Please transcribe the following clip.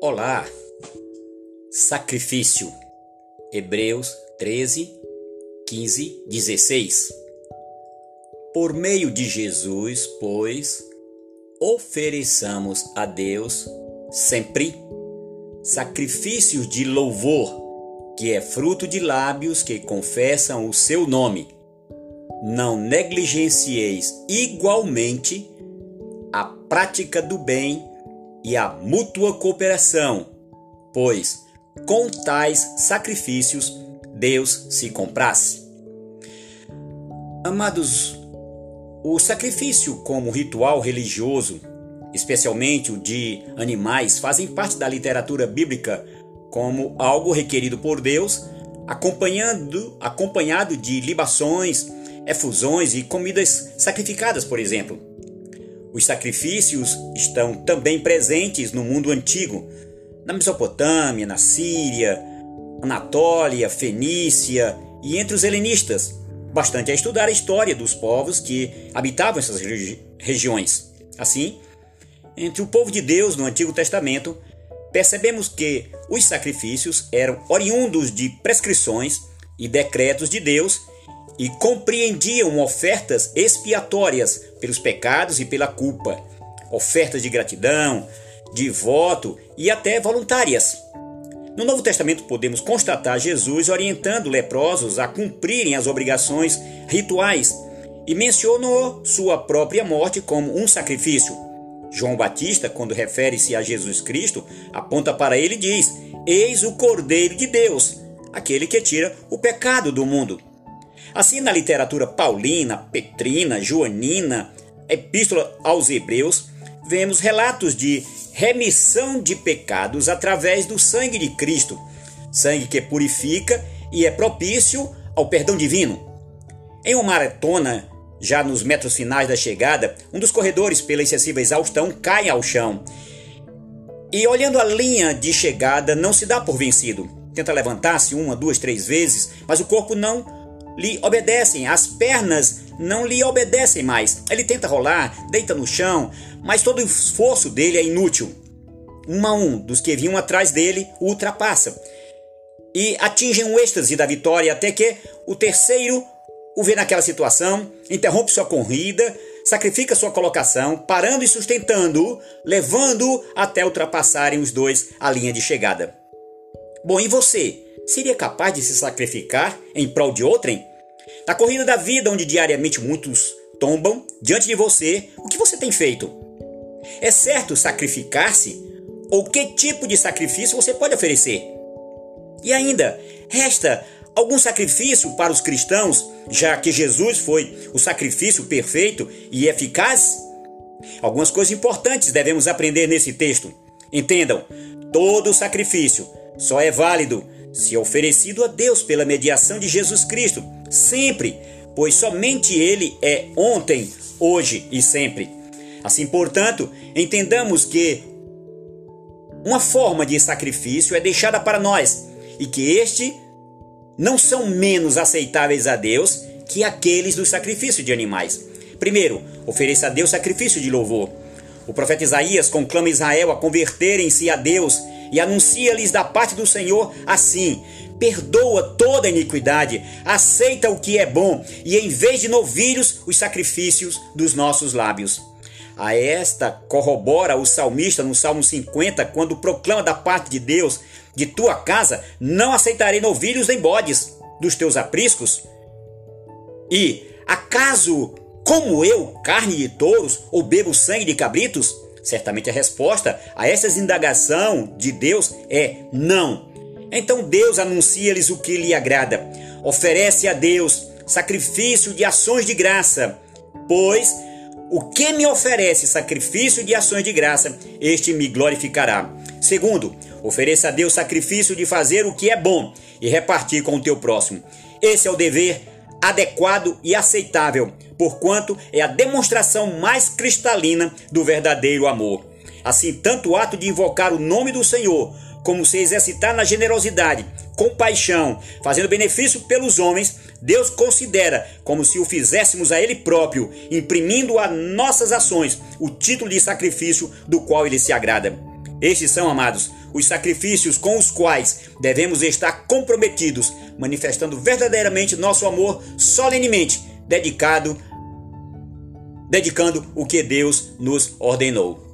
Olá, sacrifício, Hebreus 13, 15, 16. Por meio de Jesus, pois, ofereçamos a Deus sempre sacrifícios de louvor, que é fruto de lábios que confessam o seu nome. Não negligencieis igualmente a prática do bem e a mútua cooperação, pois com tais sacrifícios Deus se compraze. Amados, o sacrifício como ritual religioso, especialmente o de animais, fazem parte da literatura bíblica como algo requerido por Deus, acompanhado de libações, efusões e comidas sacrificadas, por exemplo. Os sacrifícios estão também presentes no mundo antigo, na Mesopotâmia, na Síria, Anatólia, Fenícia e entre os helenistas. Bastante a estudar a história dos povos que habitavam essas regiões. Assim, entre o povo de Deus no Antigo Testamento, percebemos que os sacrifícios eram oriundos de prescrições e decretos de Deus e compreendiam ofertas expiatórias pelos pecados e pela culpa, ofertas de gratidão, de voto e até voluntárias. No Novo Testamento podemos constatar Jesus orientando leprosos a cumprirem as obrigações rituais e mencionou sua própria morte como um sacrifício. João Batista, quando refere-se a Jesus Cristo, aponta para ele e diz: "Eis o Cordeiro de Deus, aquele que tira o pecado do mundo." Assim, na literatura paulina, petrina, joanina, epístola aos Hebreus, vemos relatos de remissão de pecados através do sangue de Cristo, sangue que purifica e é propício ao perdão divino. Em uma maratona, já nos metros finais da chegada, um dos corredores, pela excessiva exaustão, cai ao chão. E olhando a linha de chegada, não se dá por vencido. Tenta levantar-se 1, 2, 3 vezes, mas o corpo não lhe obedecem, as pernas não lhe obedecem mais. Ele tenta rolar, deita no chão, mas todo o esforço dele é inútil. Um a um dos que vinham atrás dele o ultrapassam e atingem o êxtase da vitória, até que o terceiro o vê naquela situação, interrompe sua corrida, sacrifica sua colocação, parando e sustentando-o, levando-o até ultrapassarem os dois a linha de chegada. Bom, e você? Seria capaz de se sacrificar em prol de outrem? Na corrida da vida, onde diariamente muitos tombam diante de você, o que você tem feito? É certo sacrificar-se? Ou que tipo de sacrifício você pode oferecer? E ainda, resta algum sacrifício para os cristãos, já que Jesus foi o sacrifício perfeito e eficaz? Algumas coisas importantes devemos aprender nesse texto. Entendam, todo sacrifício só é válido se oferecido a Deus pela mediação de Jesus Cristo, sempre, pois somente Ele é ontem, hoje e sempre. Assim, portanto, entendamos que uma forma de sacrifício é deixada para nós e que estes não são menos aceitáveis a Deus que aqueles do sacrifício de animais. Primeiro, ofereça a Deus sacrifício de louvor. O profeta Isaías conclama Israel a converterem-se a Deus e anuncia-lhes da parte do Senhor assim: perdoa toda a iniquidade, aceita o que é bom e em vez de novilhos, os sacrifícios dos nossos lábios. A esta corrobora o salmista no Salmo 50, quando proclama da parte de Deus: de tua casa não aceitarei novilhos nem bodes dos teus apriscos. E acaso como eu carne de touros ou bebo sangue de cabritos? Certamente a resposta a essa indagação de Deus é não. Então Deus anuncia-lhes o que lhe agrada. Oferece a Deus sacrifício de ações de graça, pois o que me oferece sacrifício de ações de graça, este me glorificará. Segundo, ofereça a Deus sacrifício de fazer o que é bom e repartir com o teu próximo. Esse é o dever adequado e aceitável, porquanto é a demonstração mais cristalina do verdadeiro amor. Assim, tanto o ato de invocar o nome do Senhor, como se exercitar na generosidade, compaixão, fazendo benefício pelos homens, Deus considera como se o fizéssemos a Ele próprio, imprimindo a nossas ações o título de sacrifício do qual Ele se agrada. Estes são, amados, os sacrifícios com os quais devemos estar comprometidos, manifestando verdadeiramente nosso amor solenemente, dedicando o que Deus nos ordenou.